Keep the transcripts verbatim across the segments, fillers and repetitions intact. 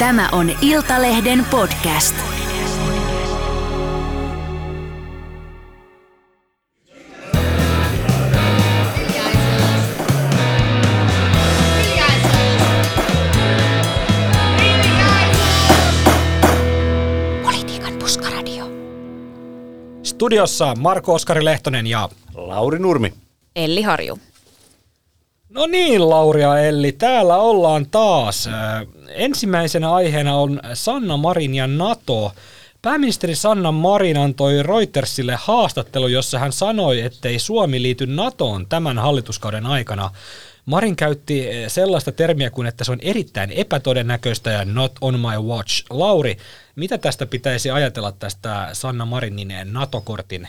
Tämä on Iltalehden podcast. Politiikan puskaradio. Studiossa Marko Oskari Lehtonen ja Lauri Nurmi. Elli Harju. No niin, Lauri ja Elli, täällä ollaan taas. Ensimmäisenä aiheena on Sanna Marin ja NATO. Pääministeri Sanna Marin antoi Reutersille haastattelun, jossa hän sanoi, ettei Suomi liity NATOon tämän hallituskauden aikana. Marin käytti sellaista termiä kuin, että se on erittäin epätodennäköistä ja not on my watch. Lauri, mitä tästä pitäisi ajatella tästä Sanna Marinin NATO-kortin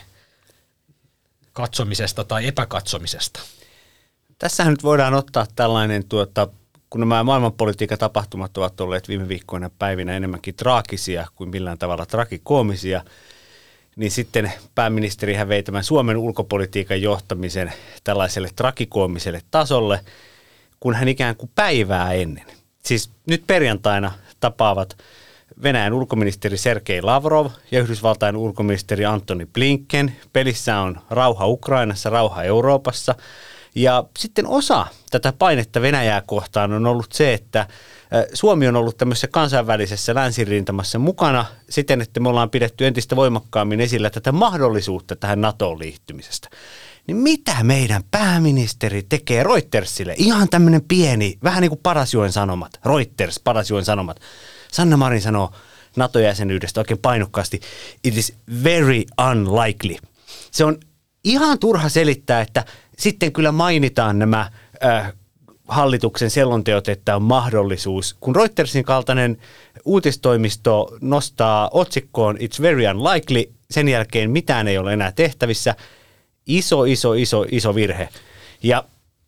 katsomisesta tai epäkatsomisesta? Tässähän nyt voidaan ottaa tällainen, tuota, kun nämä maailmanpolitiikan tapahtumat ovat olleet viime viikkoina päivinä enemmänkin traagisia kuin millään tavalla tragikoomisia, niin sitten pääministerihän vei tämän Suomen ulkopolitiikan johtamisen tällaiselle tragikoomiselle tasolle, kun hän ikään kuin päivää ennen. Siis nyt perjantaina tapaavat Venäjän ulkoministeri Sergei Lavrov ja Yhdysvaltain ulkoministeri Antony Blinken. Pelissä on rauha Ukrainassa, rauha Euroopassa. Ja sitten osa tätä painetta Venäjää kohtaan on ollut se, että Suomi on ollut tämmöisessä kansainvälisessä länsirintamassa mukana siten, että me ollaan pidetty entistä voimakkaammin esillä tätä mahdollisuutta tähän NATOon liittymisestä. Niin mitä meidän pääministeri tekee Reutersille? Ihan tämmöinen pieni, vähän niin kuin Padasjoen Sanomat, Reuters, Padasjoen Sanomat. Sanna Marin sanoo NATO-jäsenyydestä oikein painokkaasti, it is very unlikely. Se on ihan turha selittää, että sitten kyllä mainitaan nämä äh, hallituksen selonteot, että on mahdollisuus. Kun Reutersin kaltainen uutistoimisto nostaa otsikkoon It's very unlikely, sen jälkeen mitään ei ole enää tehtävissä. Iso, iso, iso, iso virhe. Ja,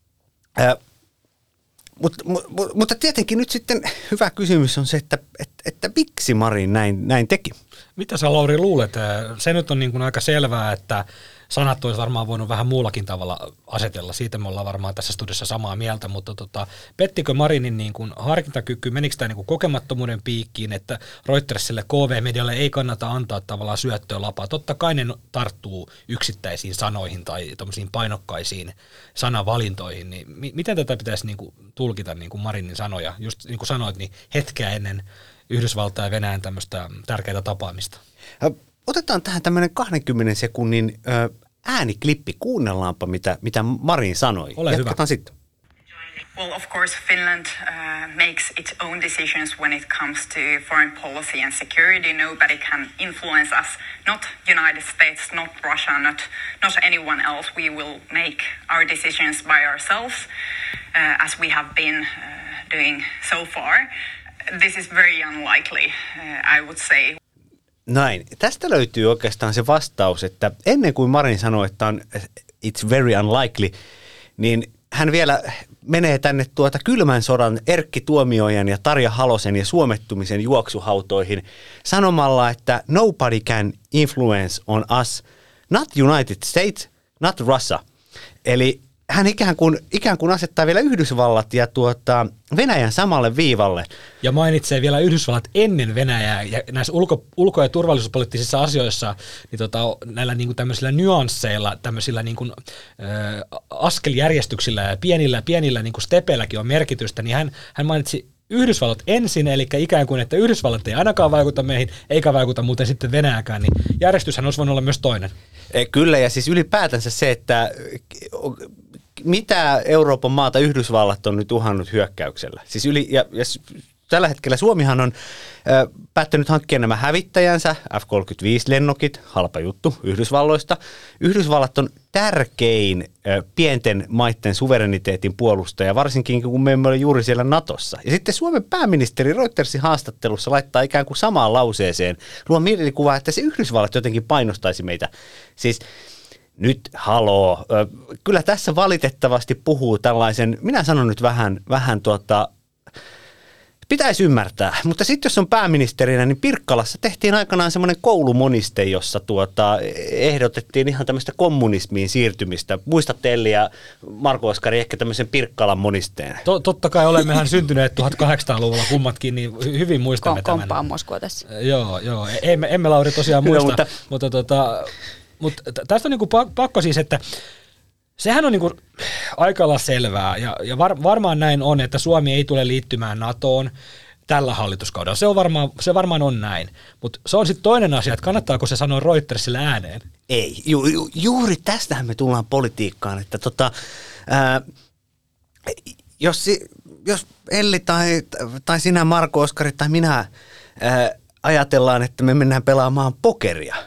äh, mutta, mutta, mutta tietenkin nyt sitten hyvä kysymys on se, että, että, että miksi Marin näin, näin teki? Mitä sä, Lauri, luulet? Se nyt on niin kuin aika selvää, että sanat olisi varmaan voinut vähän muullakin tavalla asetella. Siitä me ollaan varmaan tässä studiossa samaa mieltä, mutta tota, pettikö Marinin niin kuin harkintakyky, menikö tämä niin kuin kokemattomuuden piikkiin, että Reutersille K V-medialle ei kannata antaa tavallaan syöttöä lapaa. Totta kai ne tarttuu yksittäisiin sanoihin tai tommosiin painokkaisiin sanavalintoihin, niin mi- miten tätä pitäisi niin kuin tulkita niin kuin Marinin sanoja? Just niin kuin sanoit, niin hetkeä ennen Yhdysvaltain ja Venäjän tämmöistä tärkeää tapaamista. Otetaan tähän tämmöinen kahdenkymmenen sekunnin ö, ääniklippi. Kuunnellaanpa, mitä, mitä Marin sanoi. Ole Jatketaan hyvä. sitten. Well, of course, Finland uh, makes its own decisions when it comes to foreign policy and security. Nobody can influence us, not United States, not Russia, not, not anyone else. We will make our decisions by ourselves, uh, as we have been uh, doing so far. This is very unlikely, uh, I would say. Näin. Tästä löytyy oikeastaan se vastaus, että ennen kuin Marin sanoi, että on it's very unlikely, niin hän vielä menee tänne tuota kylmän sodan Erkki Tuomiojan ja Tarja Halosen ja suomettumisen juoksuhautoihin sanomalla, että nobody can influence on us, not United States, not Russia. Eli hän ikään kuin, ikään kuin asettaa vielä Yhdysvallat ja tuota Venäjän samalle viivalle. Ja mainitsee vielä Yhdysvallat ennen Venäjää ja näissä ulko, ulko- ja turvallisuuspoliittisissa asioissa niin tota, näillä niin kuin tämmöisillä nyansseilla, tämmöisillä niin kuin, äh, askeljärjestyksillä ja pienillä, pienillä niin kuin stepeilläkin on merkitystä, niin hän, hän mainitsi Yhdysvallat ensin, eli ikään kuin, että Yhdysvallat ei ainakaan vaikuta meihin, eikä vaikuta muuten sitten Venäjäkään, niin järjestyshän olisi voinut olla myös toinen. Kyllä, ja siis ylipäätänsä se, että mitä Euroopan maata Yhdysvallat on nyt uhannut hyökkäyksellä. Siis yli, ja, ja tällä hetkellä Suomihan on ö, päättänyt hankkia nämä hävittäjänsä, F kolmekymmentäviisi-lennokit, halpa juttu Yhdysvalloista. Yhdysvallat on tärkein ö, pienten maiden suvereniteetin puolustaja, varsinkin kun me emme ole juuri siellä NATOssa. Ja sitten Suomen pääministeri Reutersin haastattelussa laittaa ikään kuin samaan lauseeseen, luo mielikuvaa, että se Yhdysvallat jotenkin painostaisi meitä. Siis nyt haloo. Kyllä tässä valitettavasti puhuu tällaisen, minä sanon nyt vähän, vähän tuota, Pitäisi ymmärtää, mutta sitten jos on pääministerinä, niin Pirkkalassa tehtiin aikanaan semmoinen koulumoniste, jossa tuota, ehdotettiin ihan tämmöistä kommunismiin siirtymistä. Muistatte Elli ja Marko Oskari ehkä tämmöisen Pirkkalan monisteen? To, totta kai olemmehan syntyneet tuhatkahdeksansataaluvulla kummatkin, niin hyvin muistamme Kom- tämän. Komppaa Moskua tässä. Joo, joo. Emme, emme Lauri tosiaan muista, no, mutta, mutta, tota, mutta tästä on niinku pakko siis, että sehän on niinku aika lailla selvää, ja, ja var, varmaan näin on, että Suomi ei tule liittymään NATOon tällä hallituskaudella. Se, on varmaan, se varmaan on näin, mutta se on sitten toinen asia, että kannattaako se sanoa Reutersille ääneen? Ei, ju, ju, juuri tästähän me tullaan politiikkaan, että tota, ää, jos, jos Elli tai, tai sinä Marko Oskari tai minä ää, ajatellaan, että me mennään pelaamaan pokeria,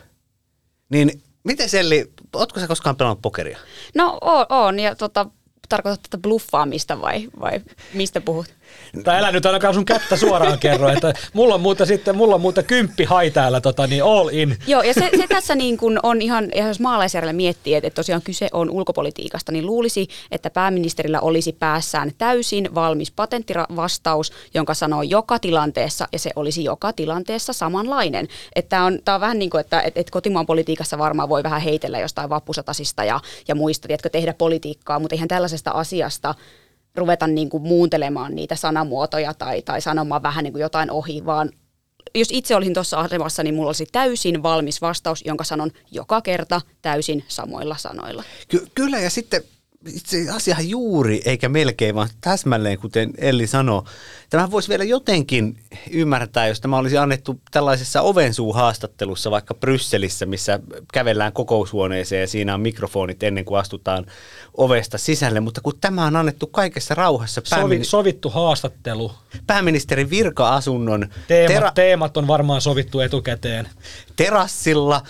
niin miten Elli, ootko sä koskaan pelannut pokeria? No on, ja tota, tarkoitat tätä bluffaamista vai, vai mistä puhut? Tai älä nyt ainakaan sun kättä suoraan kerro, että mulla on muuta sitten, mulla on muuta kymppi hai täällä, tota, niin all in. Joo, ja se, se tässä niin kuin on ihan, ja jos maalaisjärjellä miettii, että tosiaan kyse on ulkopolitiikasta, niin luulisi, että pääministerillä olisi päässään täysin valmis patenttavastaus, jonka sanoo joka tilanteessa, ja se olisi joka tilanteessa samanlainen. Että tämä on, tämä on vähän niin kuin, että, että kotimaan politiikassa varmaan voi vähän heitellä jostain vappusatasista ja, ja muista, tiedätkö, tehdä politiikkaa, mutta eihän tällaisesta asiasta ruveta niin kuin muuntelemaan niitä sanamuotoja tai, tai sanomaan vähän niin kuin jotain ohi, vaan jos itse olisin tuossa asemassa, niin mulla olisi täysin valmis vastaus, jonka sanon joka kerta täysin samoilla sanoilla. Ky- kyllä, ja sitten itse asiahan juuri, eikä melkein, vaan täsmälleen, kuten Elli sanoi. Tämä voisi vielä jotenkin ymmärtää, jos tämä olisi annettu tällaisessa ovensuuhaastattelussa vaikka Brysselissä, missä kävellään kokoushuoneeseen ja siinä on mikrofonit ennen kuin astutaan ovesta sisälle. Mutta kun tämä on annettu kaikessa rauhassa. Sovi, sovittu haastattelu. Pääministerin virka-asunnon. Teemat, tera- teemat on varmaan sovittu etukäteen. Terassilla.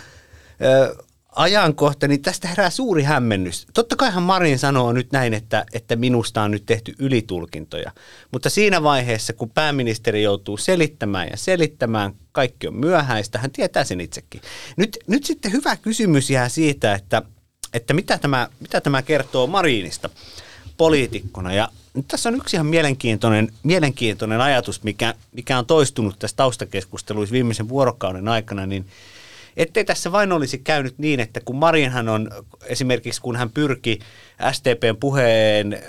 Ö, ajankohta, niin tästä herää suuri hämmennys. Totta kaihan Marin sanoo nyt näin, että, että minusta on nyt tehty ylitulkintoja, mutta siinä vaiheessa, kun pääministeri joutuu selittämään ja selittämään, kaikki on myöhäistä, hän tietää sen itsekin. Nyt, nyt sitten hyvä kysymys jää siitä, että, että mitä, tämä, mitä tämä kertoo Marinista poliitikkona. Ja nyt tässä on yksi ihan mielenkiintoinen, mielenkiintoinen ajatus, mikä, mikä on toistunut tässä taustakeskusteluissa viimeisen vuorokauden aikana, niin ettei tässä vain olisi käynyt niin, että kun Marinhan on esimerkiksi, kun hän pyrki S D P:n puheen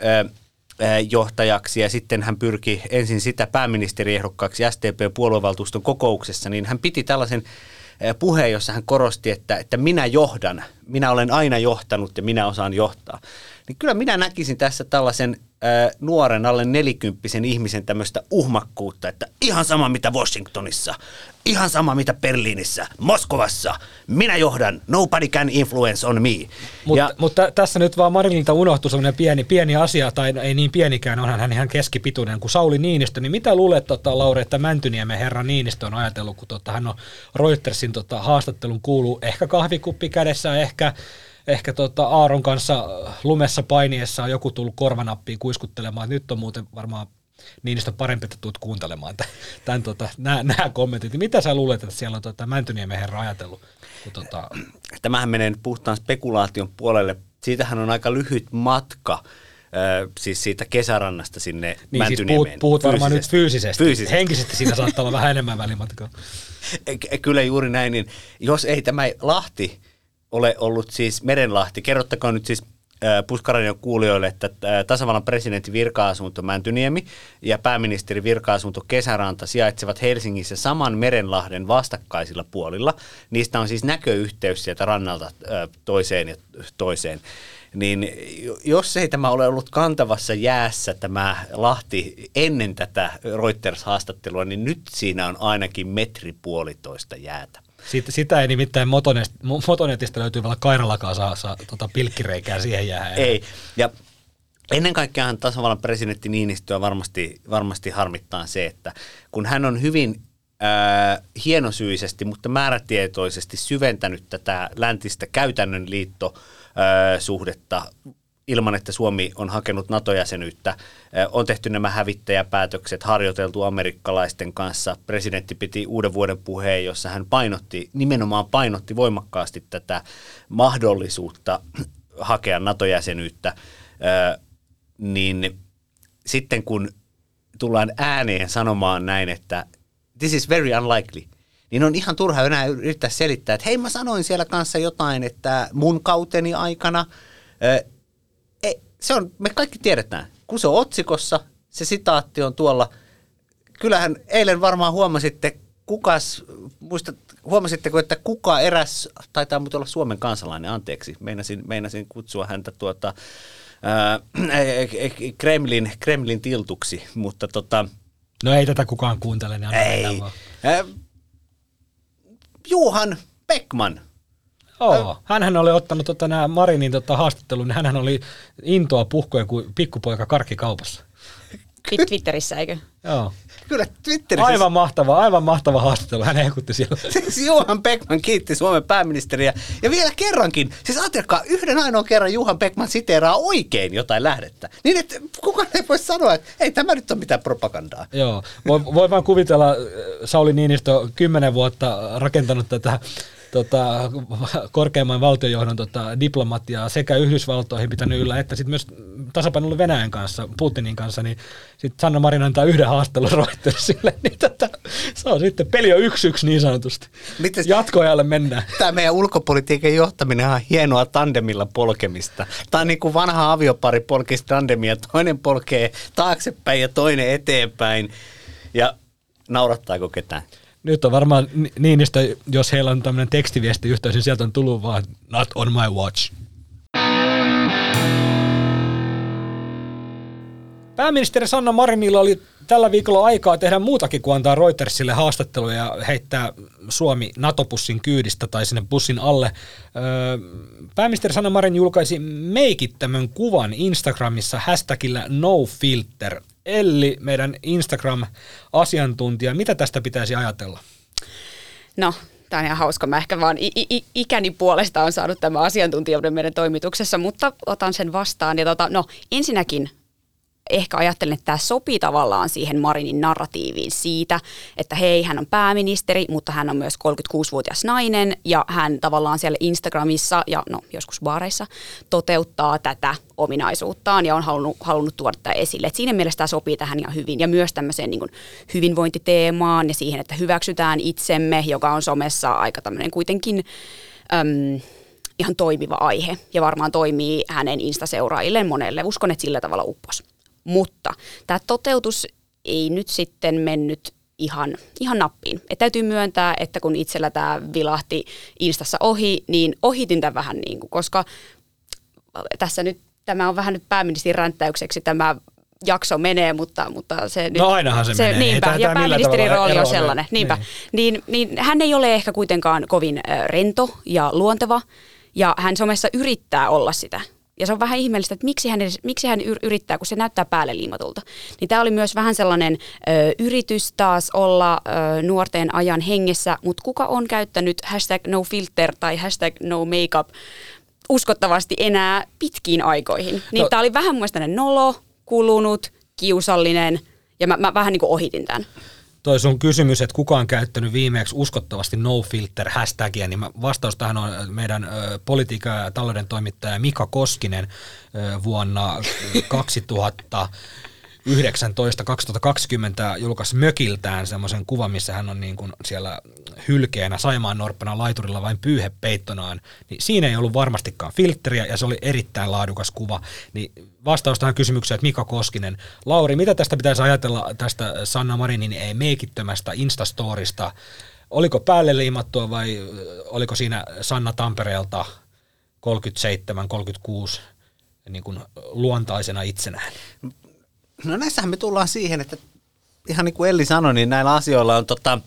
johtajaksi ja sitten hän pyrki ensin sitä pääministeriehdokkaaksi S D P:n puoluevaltuuston kokouksessa, niin hän piti tällaisen puheen, jossa hän korosti, että, että minä johdan, minä olen aina johtanut ja minä osaan johtaa. Niin kyllä minä näkisin tässä tällaisen ää, nuoren alle nelikymppisen ihmisen tämmöistä uhmakkuutta, että ihan sama mitä Washingtonissa, ihan sama mitä Berliinissä, Moskovassa, minä johdan, nobody can influence on me. Mutta ja, mutta tässä nyt vaan Marinilta unohtui sellainen pieni, pieni asia, tai ei niin pienikään, onhan hän ihan keskipituinen kuin Sauli Niinistö, niin mitä luulet, tota, Lauri, että Mäntyniemen herra Niinistö on ajatellut, kun tota, hän on Reutersin tota, haastattelun kuuluu ehkä kahvikuppi kädessä, ehkä Ehkä tota Aaron kanssa lumessa painiessa on joku tullut korvanappiin kuiskuttelemaan. Nyt on muuten varmaan Niinistö parempi, että tulet kuuntelemaan tämän, tämän, tota, nämä, nämä kommentit. Mitä sä luulet, että siellä on tota Mäntyniemen herra ajatellut? Kun, tota... Tämähän menee nyt puhtaan spekulaation puolelle. Siitähän on aika lyhyt matka, äh, siis siitä kesärannasta sinne niin, Mäntyniemeen. Siis puhut, puhut varmaan nyt fyysisesti. fyysisesti. Henkisesti siinä saattaa olla vähän enemmän välimatkaa. Kyllä juuri näin. Niin jos ei tämä Lahti ole ollut siis Merenlahti. Kerrottakoon nyt siis äh, Puskaradion kuulijoille, että äh, tasavallan presidentin virka-asunto Mäntyniemi ja pääministerin virka-asunto Kesäranta sijaitsevat Helsingissä saman Merenlahden vastakkaisilla puolilla. Niistä on siis näköyhteys sieltä rannalta äh, toiseen ja toiseen. Niin jos ei tämä ole ollut kantavassa jäässä tämä Lahti ennen tätä Reuters-haastattelua, niin nyt siinä on ainakin metri puolitoista jäätä. Sitä, sitä ei nimittäin Motonet, Motonetista löytyy vielä kairallakaan saa, saa tota pilkkireikää siihen jäähän. Ei, ja ennen kaikkea tasavallan presidentti Niinistöä varmasti, varmasti harmittaa se, että kun hän on hyvin ää, hienosyisesti, mutta määrätietoisesti syventänyt tätä läntistä käytännön liittosuhdetta ilman, että Suomi on hakenut NATO-jäsenyyttä. On tehty nämä hävittäjäpäätökset, harjoiteltu amerikkalaisten kanssa. Presidentti piti uuden vuoden puheen, jossa hän painotti, nimenomaan painotti voimakkaasti tätä mahdollisuutta hakea NATO-jäsenyyttä. Niin sitten kun tullaan ääneen sanomaan näin, että this is very unlikely, niin on ihan turha enää yrittää selittää, että hei mä sanoin siellä kanssa jotain, että mun kauteni aikana, ää, ei, se on, me kaikki tiedetään, kun se on otsikossa, se sitaatti on tuolla, kyllähän eilen varmaan huomasitte, kukas, muistat, huomasitteko, että kuka eräs, taitaa muuten olla Suomen kansalainen, anteeksi, meinasin, meinasin kutsua häntä tuota, ää, Kremlin, Kremlin tiltuksi, mutta tota... No ei tätä kukaan kuuntele, niin ei. Ää, Johan Beckman. Oo, hänhän oli ottanut tota, nämä Marinin tota, haastattelun, niin hänhän oli intoa puhkoja kuin pikkupoika karkkikaupassa. Twitterissä, eikö? Joo. Kyllä Twitterissä. Aivan mahtava, aivan mahtava haastattelu. Hän hehkutti siellä. Siis Johan Beckman kiitti Suomen pääministeriä. Ja vielä kerrankin, siis ajatelkaa, yhden ainoan kerran Johan Beckman siteeraa oikein jotain lähdettä. Niin, että kukaan ei voi sanoa, että ei tämä nyt ole mitään propagandaa. Joo, voi, voi vaan kuvitella, Sauli Niinistö kymmenen vuotta rakentanut tätä Tota, korkeimman valtionjohdon tota, diplomatiaa sekä Yhdysvaltoihin pitänyt yllä, että sitten myös tasapainolla Venäjän kanssa, Putinin kanssa, niin sitten Sanna Marin antaa yhden haastelun Reutersille, niin tota, se on sitten peli on yksi yksi niin sanotusti. Mites, jatkoajalle mennään. Tämä meidän ulkopolitiikan johtaminen on hienoa tandemilla polkemista. Tämä on niin kuin vanha aviopari polkisi tandemia, toinen polkee taaksepäin ja toinen eteenpäin. Ja naurattaako ketään? Nyt on varmaan Niinistö, jos heillä on tämmöinen tekstiviestiyhteys, niin sieltä on tullut vaan not on my watch. Pääministeri Sanna Marinilla oli tällä viikolla aikaa tehdä muutakin kuin antaa Reutersille haastatteluja ja heittää Suomi NATO-pussin kyydistä tai sinne bussin alle. Pääministeri Sanna Marin julkaisi meikittämön kuvan Instagramissa hashtagillä nofilter. Elli, meidän Instagram-asiantuntija, mitä tästä pitäisi ajatella? No, tämä on ihan hauska. Mä ehkä vaan i- i- ikäni puolesta on saanut tämä asiantuntijuuden meidän toimituksessa, mutta otan sen vastaan. Ja tota, no, ensinnäkin ehkä ajattelen, että tämä sopii tavallaan siihen Marinin narratiiviin siitä, että hei, hän on pääministeri, mutta hän on myös kolmekymmentäkuusivuotias nainen ja hän tavallaan siellä Instagramissa ja no, joskus baareissa toteuttaa tätä ominaisuuttaan ja on halunnut, halunnut tuoda tätä esille. Et siinä mielessä tämä sopii tähän ihan hyvin ja myös tämmöiseen niin kuin hyvinvointiteemaan ja siihen, että hyväksytään itsemme, joka on somessa aika tämmöinen kuitenkin äm, ihan toimiva aihe ja varmaan toimii hänen Insta-seuraajilleen monelle. Uskon, että sillä tavalla uppos. Mutta tämä toteutus ei nyt sitten mennyt ihan, ihan nappiin. Et täytyy myöntää, että kun itsellä tämä vilahti Instassa ohi, niin ohitin tämän vähän niin kuin, koska tässä nyt tämä on vähän nyt pääministerin ränttäykseksi tämä jakso menee, mutta, mutta se nyt... No ainahan se, se menee. Niinpä, ja pääministerin rooli on sellainen. Niinpä. Niin. Niin, niin hän ei ole ehkä kuitenkaan kovin rento ja luonteva, ja hän somessa yrittää olla sitä. Ja se on vähän ihmeellistä, että miksi hän, edes, miksi hän yrittää, kun se näyttää päälle liimatulta. Niin tämä oli myös vähän sellainen ö, yritys taas olla ö, nuorten ajan hengessä, mutta kuka on käyttänyt hashtag no filter tai hashtag no makeup uskottavasti enää pitkiin aikoihin. Niin no. Tämä oli vähän muista nolo, kulunut, kiusallinen ja mä, mä vähän niin kuin ohitin tämän. Toi sun kysymys, että kuka on käyttänyt viimeksi uskottavasti no filter hashtagia, niin vastaus tähän on meidän ö, politiikan ja talouden toimittaja Mika Koskinen ö, vuonna kaksituhattayhdeksäntoista kaksituhattakaksikymmentä julkaisi mökiltään semmoisen kuvan, missä hän on niin kuin siellä hylkeenä Saimaan norppana laiturilla vain pyyhepeittonaan. Niin siinä ei ollut varmastikaan filtteriä ja se oli erittäin laadukas kuva. Niin vastaus tähän kysymykseen, että Mika Koskinen. Lauri, mitä tästä pitäisi ajatella tästä Sanna Marinin ei meikittömästä Instastorista? Oliko päälle liimattua vai oliko siinä Sanna Tampereelta kolmekymmentäseitsemän kolmekymmentäkuusi niin kuin luontaisena itsenään? No näissähän me tullaan siihen, että ihan niin kuin Elli sanoi, niin näillä asioilla on tota,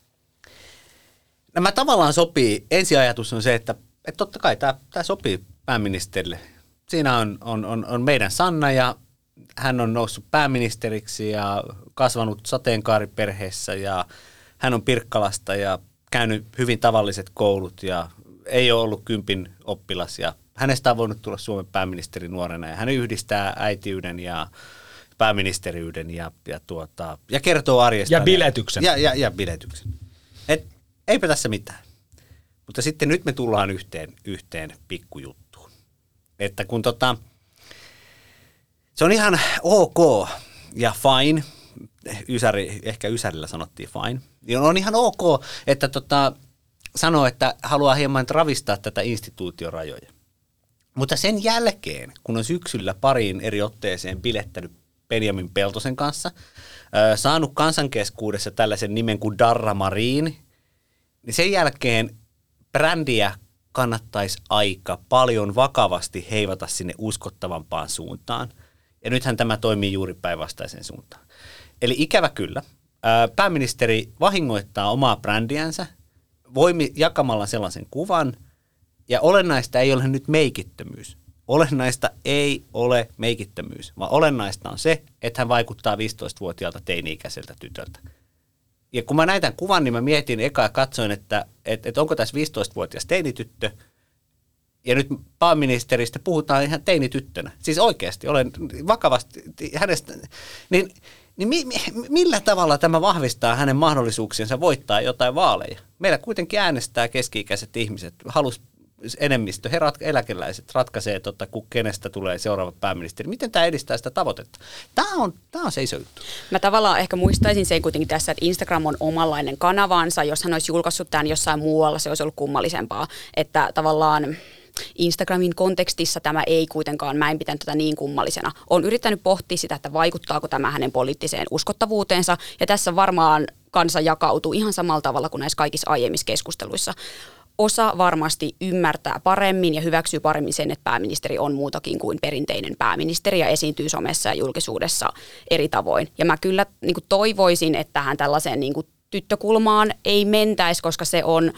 nämä tavallaan sopii, ensiajatus on se, että, että totta kai tämä, tämä sopii pääministerille. Siinä on, on, on, on meidän Sanna ja hän on noussut pääministeriksi ja kasvanut sateenkaariperheessä ja hän on Pirkkalasta ja käynyt hyvin tavalliset koulut ja ei ole ollut kympin oppilas ja hänestä on voinut tulla Suomen pääministeri nuorena ja hän yhdistää äitiyden ja pääministeriyden ja, ja, tuota, ja kertoo arjesta. Ja biletyksen. Ja, ja, ja biletyksen. Et, eipä tässä mitään. Mutta sitten nyt me tullaan yhteen, yhteen pikkujuttuun. Että kun tota, se on ihan ok ja fine Ysäri, ehkä Ysärillä sanottiin fine, niin on ihan ok, että tota, sanoo, että haluaa hieman ravistaa tätä instituution rajoja. Mutta sen jälkeen, kun on syksyllä pariin eri otteeseen bilettänyt Benjamin Peltosen kanssa, äh, saanut kansankeskuudessa tällaisen nimen kuin Darra Marin, niin sen jälkeen brändiä kannattaisi aika paljon vakavasti heivata sinne uskottavampaan suuntaan. Ja nythän tämä toimii juuri päinvastaiseen suuntaan. Eli ikävä kyllä, ää, pääministeri vahingoittaa omaa brändiänsä voimi jakamalla sellaisen kuvan, ja olennaista ei ole nyt meikittömyys. Olennaista ei ole meikittömyys, vaan olennaista on se, että hän vaikuttaa viisitoistavuotiaalta teini-ikäiseltä tytöltä. Ja kun mä näin tämän kuvan, niin mä mietin eka ja katsoin, että, että, että onko tässä viisitoistavuotias teinityttö, ja nyt pääministeristä puhutaan ihan teinityttönä. Siis oikeasti, olen vakavasti hänestä, niin, niin mi, mi, millä tavalla tämä vahvistaa hänen mahdollisuuksiensa voittaa jotain vaaleja? Meillä kuitenkin äänestää keski-ikäiset ihmiset, halus enemmistö, he rat, eläkeläiset ratkaisee, tota, kun kenestä tulee seuraava pääministeri. Miten tämä edistää sitä tavoitetta? Tämä on, tämä on se iso juttu. Mä tavallaan ehkä muistaisin sen kuitenkin tässä, että Instagram on omanlainen kanavansa. Jos hän olisi julkaissut tämän jossain muualla, se olisi ollut kummallisempaa. Että tavallaan Instagramin kontekstissa tämä ei kuitenkaan, mä en pitänyt tätä niin kummallisena. Olen yrittänyt pohtia sitä, että vaikuttaako tämä hänen poliittiseen uskottavuuteensa, ja tässä varmaan kansa jakautuu ihan samalla tavalla kuin näissä kaikissa aiemmissa keskusteluissa. Osa varmasti ymmärtää paremmin ja hyväksyy paremmin sen, että pääministeri on muutakin kuin perinteinen pääministeri ja esiintyy somessa ja julkisuudessa eri tavoin. Ja mä kyllä niin kuin toivoisin, että tähän tällaiseen niin kuin tyttökulmaan ei mentäisi, koska se on,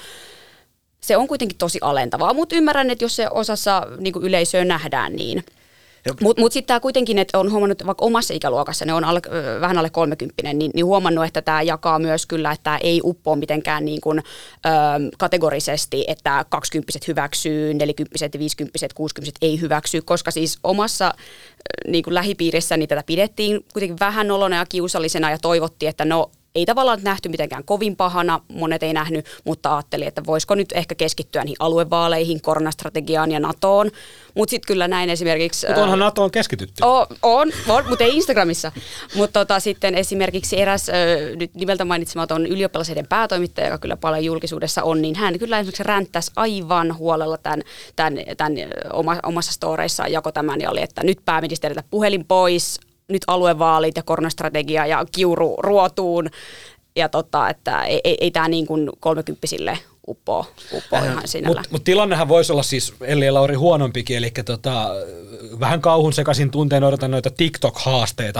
se on kuitenkin tosi alentavaa. Mutta ymmärrän, että jos se osassa niin kuin yleisöä nähdään niin. Mutta mut sitten tämä kuitenkin, että on huomannut vaikka omassa ikäluokassa, ne on alle, vähän alle kolmekymppinen, niin, niin huomannut, että tämä jakaa myös kyllä, että tämä ei uppoa mitenkään niin kuin, ö, kategorisesti, että kaksikymppiset hyväksyy, nelikymppiset, viisikymppiset, kuusikymppiset ei hyväksy, koska siis omassa niin kuin lähipiirissä niin tätä pidettiin kuitenkin vähän nolona ja kiusallisena ja toivottiin, että no ei tavallaan nähty mitenkään kovin pahana, monet ei nähnyt, mutta ajattelin, että voisiko nyt ehkä keskittyä niihin aluevaaleihin, koronastrategiaan ja NATOon. Mutta sitten kyllä näin esimerkiksi... Mutta onhan NATOon keskitytty. On, on, on mutta ei Instagramissa. Mutta tota, sitten esimerkiksi eräs äh, nyt nimeltä mainitsematon ylioppilaseiden päätoimittaja, joka kyllä paljon julkisuudessa on, niin hän kyllä esimerkiksi ränttäisi aivan huolella tämän, tämän, tämän oma, omassa storeissaan jako tämän ja oli, että nyt pääministeriltä puhelin pois, nyt aluevaalit ja koronastrategia ja kiuru ruotuun. Ja tota, että ei, ei, ei tämä niin kuin kolmekymppisille uppoo, uppoo äh, ihan sinällä. Mutta mut tilannehan voisi olla siis, Elli ja Lauri, huonompikin, eli tota, vähän kauhun sekaisin tunteen odotan noita TikTok-haasteita.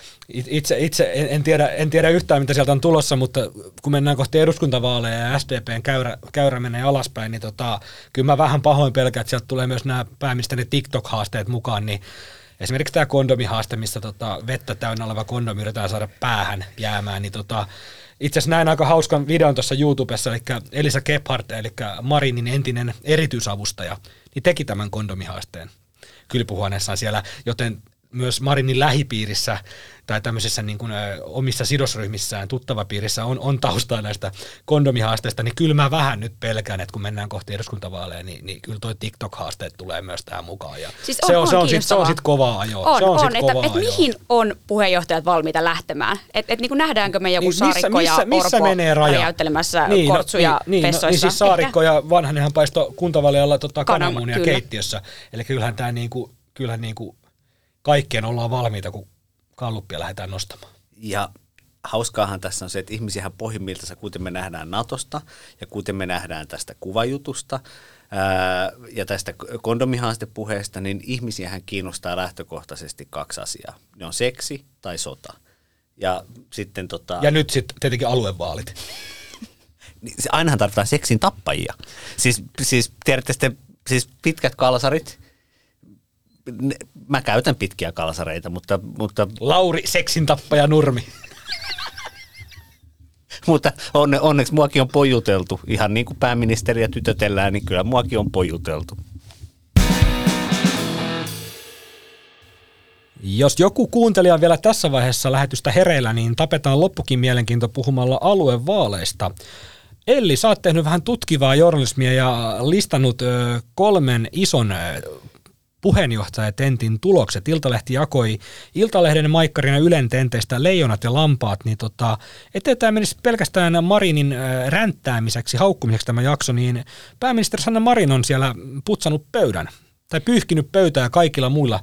Itse, itse en, en, tiedä, en tiedä yhtään, mitä sieltä on tulossa, mutta kun mennään kohti eduskuntavaaleja ja S D P:n käyrä, käyrä menee alaspäin, niin tota, kyllä mä vähän pahoin pelkään, että sieltä tulee myös nämä pääministerin TikTok-haasteet mukaan, niin esimerkiksi tämä kondomihaaste, missä tota vettä täynnä oleva kondomi yritetään saada päähän jäämään, niin tota, itse asiassa näin aika hauskan videon tuossa YouTubessa, eli Elisa Gebhardt, eli Marinin entinen erityisavustaja, niin teki tämän kondomihaasteen kylpyhuoneessaan siellä, joten myös Marinin lähipiirissä tai tämmöisissä niin kuin, ö, omissa sidosryhmissään, tuttavapiirissä on, on taustaa näistä kondomihaasteista, niin kyllä mä vähän nyt pelkään, että kun mennään kohti eduskuntavaaleja, niin, niin kyllä toi TikTok-haasteet tulee myös tähän mukaan. Ja siis se on, on, se on, on sit, se on sit kovaa ajoa. On, se on, on sit että, kovaa että mihin on puheenjohtajat valmiita lähtemään? Että et, niin nähdäänkö me joku niin, Saarikko missä, ja missä, Orpo räjäyttelemässä niin, kortsuja niin, pessoissa? No, niin siis Saarikko ja Vanhanenhan paistoi kuntavalialla tota, kananmunia kyllä. keittiössä. Eli kyllähän tämä niinku, kyllähän niinku kaikkien ollaan valmiita, kun Galluppia lähdetään nostamaan. Ja hauskaahan tässä on se, että ihmisiähän pohjimmiltansa, kuten me nähdään Natosta ja kuten me nähdään tästä kuvajutusta ää, ja tästä kondomihaastepuheesta, niin ihmisiähän kiinnostaa lähtökohtaisesti kaksi asiaa. Ne on seksi tai sota. Ja, sitten tota, ja nyt sitten tietenkin aluevaalit. Ainahan tarvitaan seksin tappajia. Siis, siis tiedätte sitten, siis pitkät kalsarit. Mä käytän pitkiä kalsareita, mutta... mutta Lauri, seksin tappaja Nurmi. Mutta onne, onneksi muakin on pojuteltu. Ihan niin kuin pääministeriä tytötellään, niin kyllä muakin on pojuteltu. Jos joku kuuntelija on vielä tässä vaiheessa lähetystä hereillä, niin tapetaan loppukin mielenkiinto puhumalla aluevaaleista. Elli, sä oot tehnyt vähän tutkivaa journalismia ja listannut ö, kolmen ison ö, puheenjohtajatentin tulokset. Iltalehti jakoi Iltalehden, Maikkarin ja Ylen tenteistä Leijonat ja lampaat, niin tota, ettei tämä menisi pelkästään Marinin ränttäämiseksi, haukkumiseksi tämä jakso, niin pääministeri Sanna Marin on siellä putsannut pöydän tai pyyhkinyt pöytää kaikilla muilla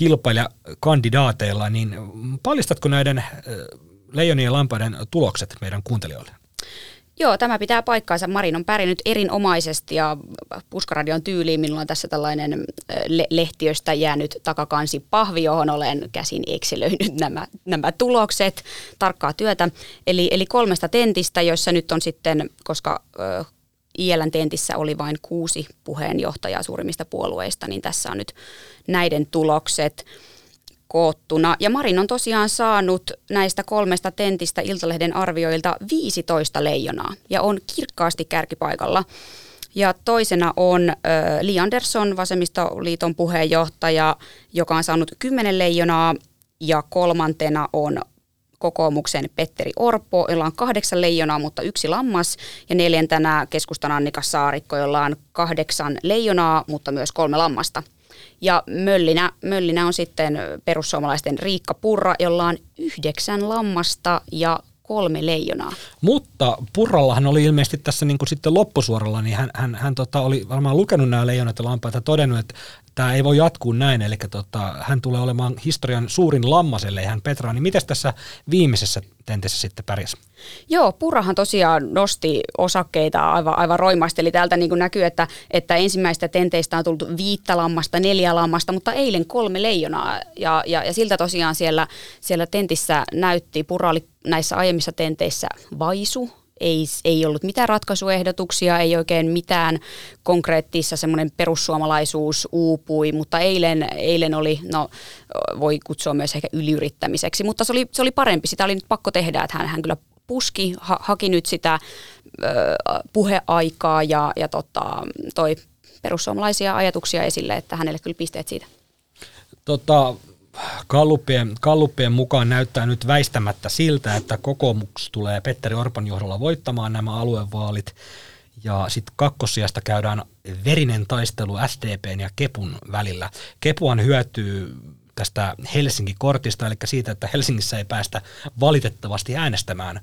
kilpailijakandidaateilla, niin paljastatko näiden Leijonien ja lampaiden tulokset meidän kuuntelijoille? Joo, tämä pitää paikkaansa. Marin on pärjännyt erinomaisesti ja Puskaradion tyyliin. Minulla on tässä tällainen le- lehtiöstä jäänyt takakansi pahvi, johon olen käsin excelöinyt nämä, nämä tulokset. Tarkkaa työtä. Eli, eli kolmesta tentistä, joissa nyt on sitten, koska ö, I L:n tentissä oli vain kuusi puheenjohtajaa suurimmista puolueista, niin tässä on nyt näiden tulokset koottuna. Ja Marin on tosiaan saanut näistä kolmesta tentistä Iltalehden arvioilta viisitoista leijonaa ja on kirkkaasti kärkipaikalla. Ja toisena on ö, Li Andersson, Vasemmistoliiton puheenjohtaja, joka on saanut kymmenen leijonaa, ja kolmantena on kokoomuksen Petteri Orpo, jolla on kahdeksan leijonaa, mutta yksi lammas, ja neljäntenä keskustan Annika Saarikko, jolla on kahdeksan leijonaa, mutta myös kolme lammasta. Ja möllinä, möllinä on sitten perussuomalaisten Riikka Purra, jolla on yhdeksän lammasta ja kolme leijonaa. Mutta Purrallahan oli ilmeisesti tässä niin kuin sitten loppusuoralla, niin hän, hän, hän tota oli varmaan lukenut nämä leijonat ja lampaat ja todennut, että tämä ei voi jatkuu näin, eli tota, hän tulee olemaan historian suurin lammas, ellei hän Petra. Niin mitäs tässä viimeisessä tentissä sitten pärjäsi? Joo, Purrahan tosiaan nosti osakkeita aivan, aivan roimasti, eli täältä niin kuin näkyy, että, että ensimmäistä tenteistä on tullut viittä lammasta, neljä lammasta, mutta eilen kolme leijonaa, ja, ja, ja siltä tosiaan siellä, siellä tentissä näytti, Purra oli näissä aiemmissa tenteissä vaisu, Ei, ei ollut mitään ratkaisuehdotuksia, ei oikein mitään konkreettissa, semmoinen perussuomalaisuus uupui, mutta eilen, eilen oli, no voi kutsua myös ehkä yliyrittämiseksi, mutta se oli, se oli parempi, sitä oli nyt pakko tehdä, että hän, hän kyllä puski, ha, haki nyt sitä ö, puheaikaa ja, ja tota, toi perussuomalaisia ajatuksia esille, että hänelle kyllä pisteet siitä. Tota... Gallupien, Gallupien mukaan näyttää nyt väistämättä siltä, että kokoomus tulee Petteri Orpon johdolla voittamaan nämä aluevaalit. Ja sitten kakkossijasta käydään verinen taistelu S D P:n ja Kepun välillä. Kepuhan hyötyy tästä Helsinki-kortista, eli siitä, että Helsingissä ei päästä valitettavasti äänestämään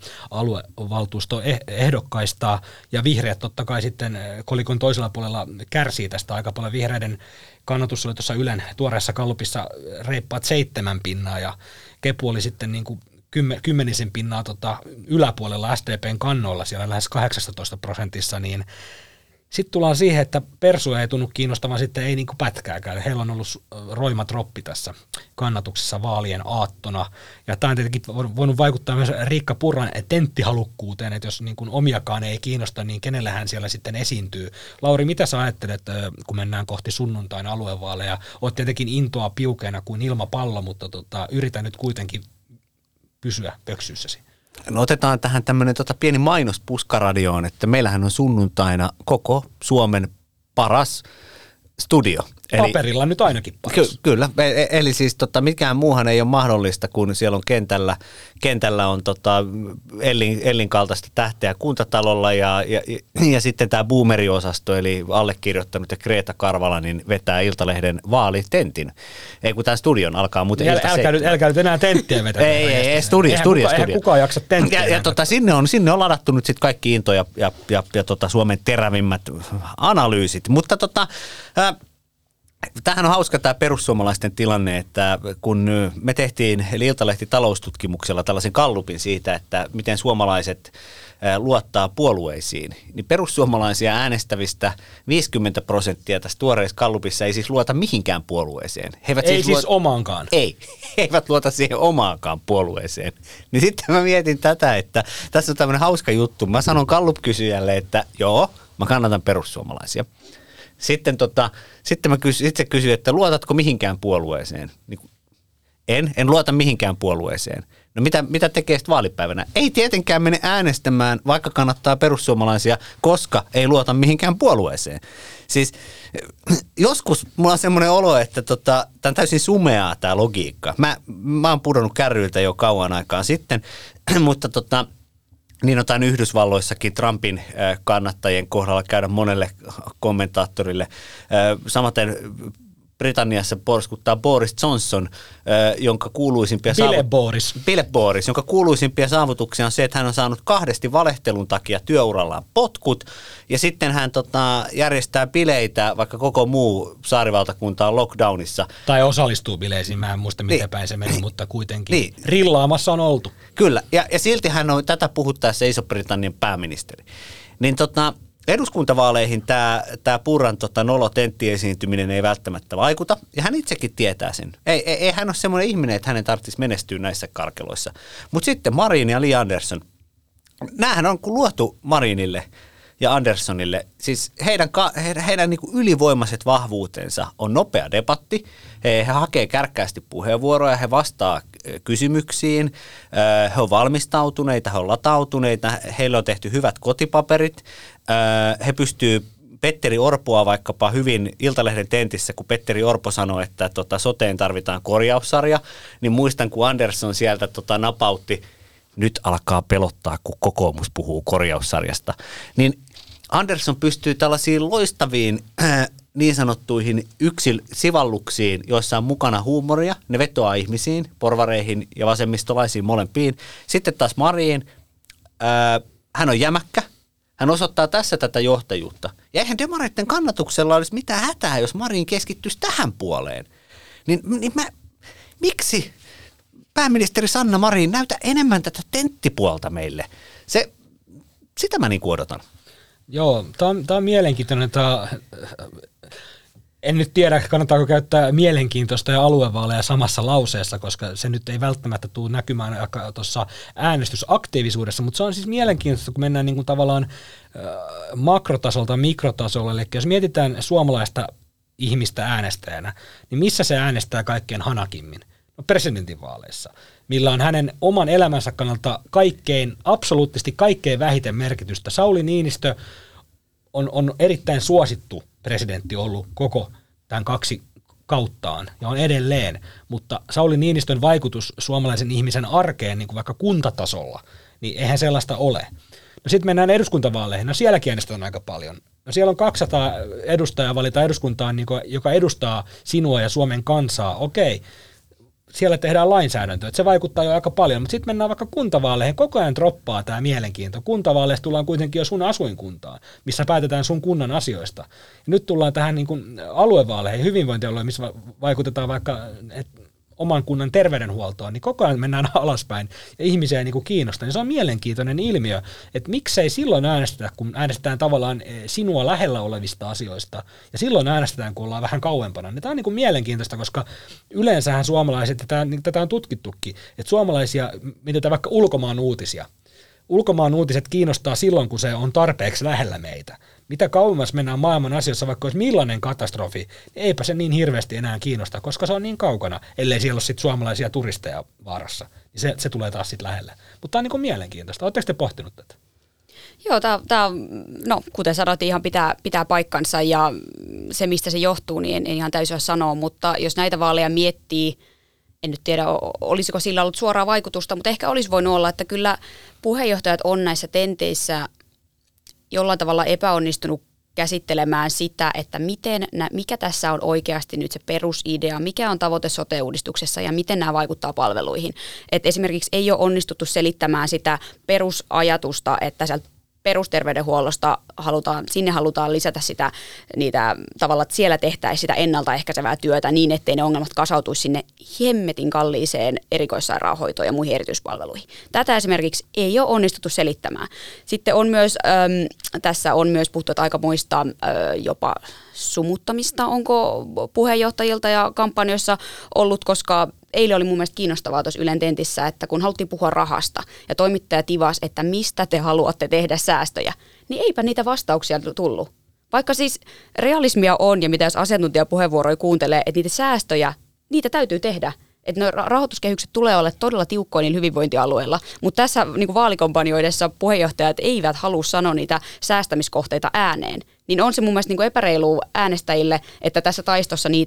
aluevaltuustoehdokkaista, ja vihreät totta kai sitten kolikon toisella puolella kärsii tästä aika paljon. Vihreiden kannatus oli tuossa Ylen tuoreessa gallupissa reippaat seitsemän pinnaa, ja Kepu oli sitten niin kuin kymmenisen pinnaa tota yläpuolella S D P:n kannoilla, siellä lähes kahdeksantoista prosentissa, niin sitten tullaan siihen, että Persuja ei tunnu kiinnostavan sitten ei niinku pätkääkään. Heillä on ollut roima troppi tässä kannatuksessa vaalien aattona. Ja tämä on tietenkin voinut vaikuttaa myös Riikka Purran tenttihalukkuuteen, että jos niinku omiakaan ei kiinnosta, niin kenellä hän siellä sitten esiintyy. Lauri, mitä sä ajattelet, kun mennään kohti sunnuntain aluevaaleja? Oot tietenkin intoa piukeena kuin ilmapallo, mutta tota, yritä nyt kuitenkin pysyä pöksyyssäsi. No otetaan tähän tämmöinen tota pieni mainos Puskaradioon, että meillähän on sunnuntaina koko Suomen paras studio. Eli, paperilla nyt ainakin paras. Ky- kyllä, eli siis tota, mikään muuhan ei ole mahdollista, kun siellä on kentällä, kentällä on tota Ellin, Ellin kaltaista tähteä kuntatalolla ja, ja, ja, ja sitten tämä boomeriosasto, eli allekirjoittanut ja Kreta Karvala, niin vetää Iltalehden vaalitentin. Ei kun tämän studion alkaa muuten ilta älkää, nyt, älkää nyt enää tenttiä vetää. ei, ei, ei, studio, eihän studio, kuka, studio. Eihän kukaan jaksa tenttiä. Ja, ja tota, sinne, on, sinne on ladattu nyt sitten kaikki into ja, ja, ja, ja tota Suomen terävimmät analyysit, mutta tota... Ää, Tämähän on hauska tämä perussuomalaisten tilanne, että kun me tehtiin eli Iltalehti taloustutkimuksella tällaisen gallupin siitä, että miten suomalaiset luottaa puolueisiin, niin perussuomalaisia äänestävistä viisikymmentä prosenttia tässä tuoreessa gallupissa ei siis luota mihinkään puolueeseen. He eivät ei siis, siis luota, omaankaan. Ei, he eivät luota siihen omaankaan puolueeseen. Niin sitten mä mietin tätä, että tässä on tämmöinen hauska juttu. Mä sanon gallup-kysyjälle, että joo, mä kannatan perussuomalaisia. Sitten, tota, sitten mä kysy, sit se kysyi, että luotatko mihinkään puolueeseen? Niin, en, en luota mihinkään puolueeseen. No mitä, mitä tekee sitten vaalipäivänä? Ei tietenkään mene äänestämään, vaikka kannattaa perussuomalaisia, koska ei luota mihinkään puolueeseen. Siis joskus mulla on semmoinen olo, että tota, tämä on täysin sumeaa tämä logiikka. Mä, mä oon pudonnut kärryiltä jo kauan aikaan sitten, mutta tota... Niin on tämän Yhdysvalloissakin Trumpin kannattajien kohdalla käydä monelle kommentaattorille. Samaten Britanniassa porskuttaa Boris Johnson, jonka kuuluisimpia Bile Boris. Bile Boris, jonka kuuluisimpia saavutuksia on se, että hän on saanut kahdesti valehtelun takia työurallaan potkut, ja sitten hän tota, järjestää bileitä, vaikka koko muu saarivaltakunta on lockdownissa. Tai osallistuu bileisiin, mä en muista miten niin. päin se meni, mutta kuitenkin niin. rillaamassa on oltu. Kyllä, ja, ja silti hän on tätä puhuttaessa Iso-Britannian pääministeri. Niin tota, eduskuntavaaleihin tämä, tämä Purran tota, nolotenttiesiintyminen ei välttämättä vaikuta, ja hän itsekin tietää sen. Ei, ei, ei hän ole semmoinen ihminen, että hänen tarvitsisi menestyä näissä karkeloissa. Mutta sitten Marin ja Li Andersson, näähän on luotu Marinille ja Anderssonille, siis heidän, heidän, heidän niin kuin ylivoimaiset vahvuutensa on nopea debatti, he, he hakee kärkkäästi puheenvuoroja, he vastaa kysymyksiin, he on valmistautuneita, he on latautuneita, heillä on tehty hyvät kotipaperit, he pystyy Petteri Orpoa vaikkapa hyvin Iltalehden tentissä, kun Petteri Orpo sanoi, että tota, soteen tarvitaan korjaussarja, niin muistan, kun Andersson sieltä tota, napautti, nyt alkaa pelottaa, kun kokoomus puhuu korjaussarjasta, niin Andersson pystyy tällaisiin loistaviin äh, niin sanottuihin yksil sivalluksiin, joissa on mukana huumoria, ne vetoaa ihmisiin, porvareihin ja vasemmistolaisiin molempiin. Sitten taas Marin, äh, hän on jämäkkä, hän osoittaa tässä tätä johtajuutta. Ja eihän demareiden kannatuksella olisi mitään hätää, jos Marin keskittyisi tähän puoleen. Niin, niin mä, miksi pääministeri Sanna Marin näytä enemmän tätä tenttipuolta meille? Se, sitä mä niin kuin odotan. Joo, tämä on, on mielenkiintoinen. Tää, en nyt tiedä, kannattaako käyttää mielenkiintoista ja aluevaaleja samassa lauseessa, koska se nyt ei välttämättä tule näkymään tuossa äänestysaktiivisuudessa, mutta se on siis mielenkiintoista, kun mennään niin kuin tavallaan äh, makrotasolta mikrotasolle. Eli jos mietitään suomalaista ihmistä äänestäjänä, niin missä se äänestää kaikkein hanakimmin? No presidentinvaaleissa, millä on hänen oman elämänsä kannalta kaikkein, absoluuttisesti kaikkein vähiten merkitystä. Sauli Niinistö on, on erittäin suosittu presidentti ollut koko tämän kaksi kauttaan ja on edelleen, mutta Sauli Niinistön vaikutus suomalaisen ihmisen arkeen, niin kuin vaikka kuntatasolla, niin eihän sellaista ole. No sitten mennään eduskuntavaaleihin, no sielläkin äänestetään aika paljon. No siellä on kaksisataa edustajaa valita eduskuntaan, niin kuin, joka edustaa sinua ja Suomen kansaa, okei. Siellä tehdään lainsäädäntöä, että se vaikuttaa jo aika paljon, mutta sitten mennään vaikka kuntavaaleihin, koko ajan droppaa tämä mielenkiinto. Kuntavaaleista tullaan kuitenkin jo sun asuinkuntaan, missä päätetään sun kunnan asioista. Ja nyt tullaan tähän niin kuin aluevaaleihin, hyvinvointialueen, missä vaikutetaan vaikka et, oman kunnan terveydenhuoltoon, niin koko ajan mennään alaspäin ja ihmisiä ei niin kuin kiinnosta. Niin se on mielenkiintoinen ilmiö, että miksei silloin äänestetä, kun äänestetään tavallaan sinua lähellä olevista asioista, ja silloin äänestetään, kun ollaan vähän kauempana. Niin tämä on niin kuin mielenkiintoista, koska yleensähän suomalaiset, tätä, niin tätä on tutkittukin, että suomalaisia, mietitään vaikka ulkomaan uutisia, ulkomaan uutiset kiinnostaa silloin, kun se on tarpeeksi lähellä meitä. Mitä kauemmas mennään maailman asioissa, vaikka olisi millainen katastrofi, niin eipä se niin hirveästi enää kiinnosta, koska se on niin kaukana, ellei siellä ole sit suomalaisia turisteja vaarassa. Niin se, se tulee taas sitten lähelle. Mutta tämä on niin kuin mielenkiintoista. Oletteko te pohtinut tätä? Joo, tämä, tämä no, kuten sanoit, ihan pitää, pitää paikkansa ja se, mistä se johtuu, niin en, en ihan täysin sanoa, mutta jos näitä vaaleja miettii, en nyt tiedä, olisiko sillä ollut suoraa vaikutusta, mutta ehkä olisi voinut olla, että kyllä puheenjohtajat on näissä tenteissä jollain tavalla epäonnistunut käsittelemään sitä, että miten, mikä tässä on oikeasti nyt se perusidea, mikä on tavoite sote-uudistuksessa ja miten nämä vaikuttaa palveluihin. Et esimerkiksi ei ole onnistuttu selittämään sitä perusajatusta, että sieltä perusterveydenhuollosta halutaan, sinne halutaan lisätä sitä, niitä tavalla, että siellä tehtäisiin sitä ennaltaehkäisevää työtä niin, ettei ne ongelmat kasautuisi sinne hemmetin kalliiseen erikoissairaanhoitoon ja muihin erityispalveluihin. Tätä esimerkiksi ei ole onnistuttu selittämään. Sitten on myös, äm, tässä on myös puhuttu, että aika muista äh, jopa sumuttamista, onko puheenjohtajilta ja kampanjoissa ollut, koska eilen oli mun mielestä kiinnostavaa tuossa Ylen tentissä, että kun haluttiin puhua rahasta ja toimittaja tivasi, että mistä te haluatte tehdä säästöjä, niin eipä niitä vastauksia tullut. Vaikka siis realismia on ja mitä jos asiantuntijapuheenvuoroja kuuntelee, että niitä säästöjä, niitä täytyy tehdä. Että ne rahoituskehykset tulee olla todella tiukkoja niillä hyvinvointialueilla, mutta tässä niin kuin vaalikampanjoidessa puheenjohtajat eivät halua sanoa niitä säästämiskohteita ääneen. Niin on se mun mielestä niin kuin epäreilu äänestäjille, että tässä taistossa niitä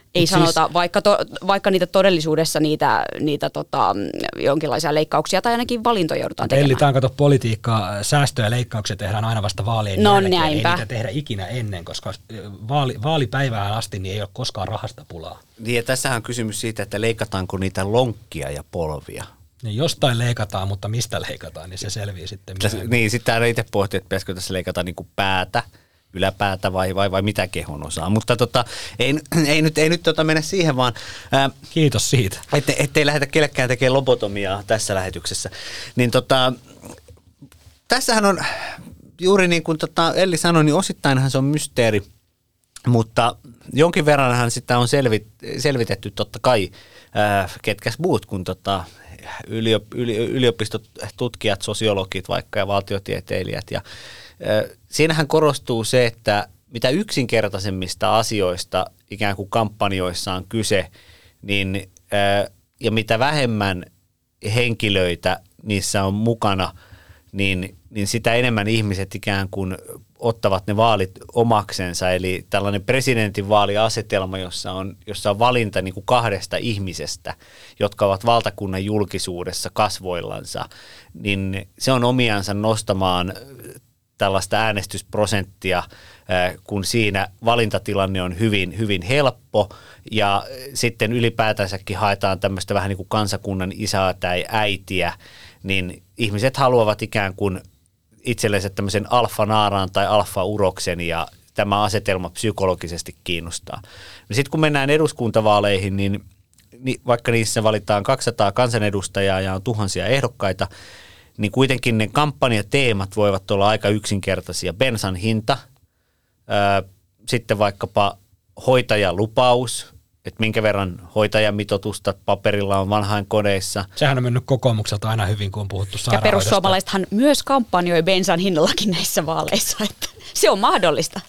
ei Mut sanota, siis, vaikka, to, vaikka niitä todellisuudessa niitä, niitä tota, jonkinlaisia leikkauksia tai ainakin valintoja joudutaan tekemään. Eli tämä kato politiikkaa, säästöjä ja leikkauksia tehdään aina vasta vaalien no, jälkeen. Näinpä. Ei niitä tehdä ikinä ennen, koska vaali, vaalipäivään asti niin ei ole koskaan rahasta pulaa. Niin ja tässähän on kysymys siitä, että leikataanko niitä lonkkia ja polvia. Niin jostain leikataan, mutta mistä leikataan, niin se selviää sitten. Täs, niin, sitten aina itse pohtii, että pitäisikö tässä leikata niin kuin päätä, yläpäätä vai, vai, vai mitä kehon osaa. Mutta tota, ei, ei nyt, ei nyt tota mennä siihen, vaan ää, kiitos siitä. Ette, ettei lähdetä kellekään tekemään lobotomiaa tässä lähetyksessä. Niin tota, tässähän on, juuri niin kuin tota Elli sanoi, niin osittainhan se on mysteeri, mutta jonkin verranhan sitä on selvit, selvitetty totta kai, ää, ketkäs muut kuin tota, yliop, yli, yliopistotutkijat, sosiologit vaikka ja valtiotieteilijät. Ja, ää, siinähän korostuu se, että mitä yksinkertaisemmista asioista ikään kuin kampanjoissa on kyse, niin, ää, ja mitä vähemmän henkilöitä niissä on mukana, niin, niin sitä enemmän ihmiset ikään kuin ottavat ne vaalit omaksensa. Eli tällainen presidentinvaaliasetelma, jossa on, jossa on valinta niin kuin kahdesta ihmisestä, jotka ovat valtakunnan julkisuudessa kasvoillansa, niin se on omiansa nostamaan tällaista äänestysprosenttia, kun siinä valintatilanne on hyvin, hyvin helppo ja sitten ylipäätänsäkin haetaan tämmöistä vähän niin kuin kansakunnan isää tai äitiä, niin ihmiset haluavat ikään kuin itsellensä tämmöisen alfa-naaraan tai alfa-uroksen ja tämä asetelma psykologisesti kiinnostaa. No sitten kun mennään eduskuntavaaleihin, niin, niin vaikka niissä valitaan kaksisataa kansanedustajaa ja on tuhansia ehdokkaita, niin kuitenkin ne kampanjateemat voivat olla aika yksinkertaisia. Bensan hinta, ää, sitten vaikkapa hoitajalupaus, että minkä verran hoitajamitoitusta paperilla on vanhainkodeissa. Sehän on mennyt kokoomukselta aina hyvin, kun on puhuttu Ja sairaanhoidosta. perussuomalaisethan myös kampanjoi bensan hinnallakin näissä vaaleissa, että se on mahdollista.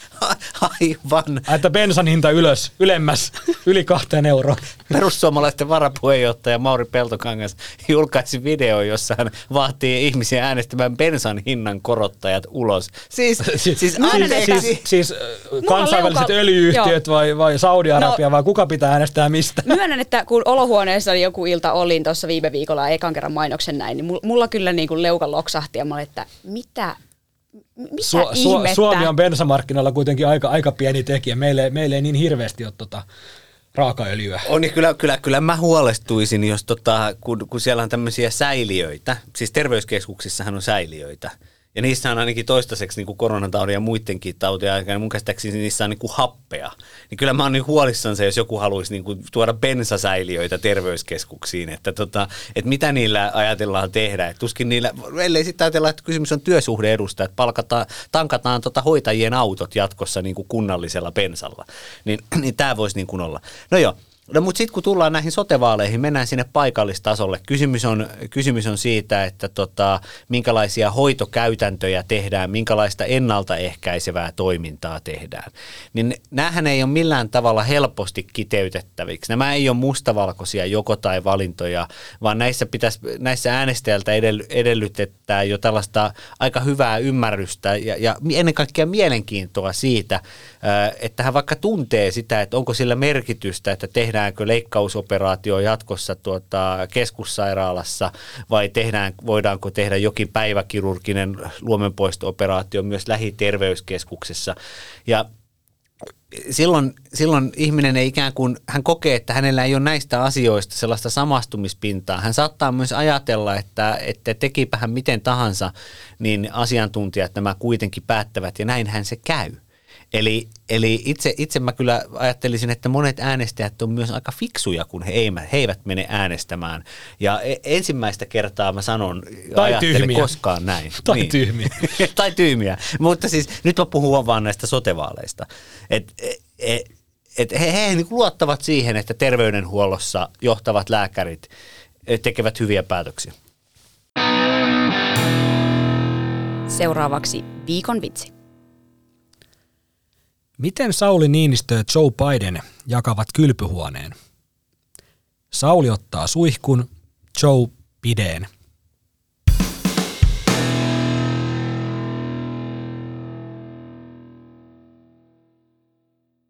Aivan. Että bensan hinta ylös, ylemmäs, yli kahteen euroon. Perussuomalaisten varapuheenjohtaja Mauri Peltokangas julkaisi video, jossa hän vaatii ihmisiä äänestämään bensan hinnan korottajat ulos. Siis, siis, siis, anteeksi. siis, siis kansainväliset leuka... öljy-yhtiöt vai, vai Saudi-Arabia no, vai kuka pitää äänestää mistä? Myönnän, että kun olohuoneessa joku ilta olin tuossa viime viikolla ja ekan kerran mainoksen näin, niin mulla kyllä niin kuin leuka loksahti ja mä olin, että mitä... Mitä Su- ihmettä? Suomi on bensamarkkinoilla kuitenkin aika, aika pieni tekijä. Meille, meille ei niin hirveästi ole tota raakaöljyä. On, niin kyllä, kyllä, kyllä mä huolestuisin, jos tota, kun, kun siellä on tämmöisiä säiliöitä, siis terveyskeskuksissahan on säiliöitä, ja niissä on ainakin toistaiseksi niin kuin koronataudin ja muidenkin tautien aikana, mun käsittääkseni niissä on niin kuin happea. Niin kyllä mä oon niin huolissansa, jos joku haluaisi niin kuin tuoda bensasäiliöitä terveyskeskuksiin, että, tota, että mitä niillä ajatellaan tehdä. Et tuskin niillä, ellei sitten ajatella, että kysymys on työsuhde-edusta, että palkataan, tankataan tota hoitajien autot jatkossa niin kuin kunnallisella bensalla. Niin, niin tämä voisi niin kuin olla. No joo. No, mutta sitten kun tullaan näihin sote-vaaleihin, mennään sinne paikallistasolle. Kysymys on, kysymys on siitä, että tota, minkälaisia hoitokäytäntöjä tehdään, minkälaista ennaltaehkäisevää toimintaa tehdään. Niin näähän ei ole millään tavalla helposti kiteytettäviksi. Nämä ei ole mustavalkoisia joko tai valintoja, vaan näissä, pitäisi, näissä äänestäjältä edellytetään jo tällaista aika hyvää ymmärrystä ja, ja ennen kaikkea mielenkiintoa siitä, että hän vaikka tuntee sitä, että onko sillä merkitystä, että tehdään tehdäänkö leikkausoperaatio jatkossa tuota keskussairaalassa vai tehdään, voidaanko tehdä jokin päiväkirurginen luomenpoisto-operaatio myös lähiterveyskeskuksessa. Ja silloin, silloin ihminen ei ikään kuin, hän kokee, että hänellä ei ole näistä asioista sellaista samastumispintaa. Hän saattaa myös ajatella, että, että tekipä hän miten tahansa, niin asiantuntijat nämä kuitenkin päättävät ja näinhän se käy. Eli, eli itse, itse mä kyllä ajattelisin, että monet äänestäjät on myös aika fiksuja, kun he, ei, he eivät mene äänestämään. Ja ensimmäistä kertaa mä sanon, tai ajattelen tyhmiä. Koskaan näin. Tai niin. tyhmiä. tai tyhmiä. Mutta siis nyt mä puhun vaan näistä sotevaaleista. Et, et, et he, he niin luottavat siihen, että terveydenhuollossa johtavat lääkärit tekevät hyviä päätöksiä. Seuraavaksi viikon vitsi. Miten Sauli Niinistö ja Joe Biden jakavat kylpyhuoneen? Sauli ottaa suihkun, Joe pideen.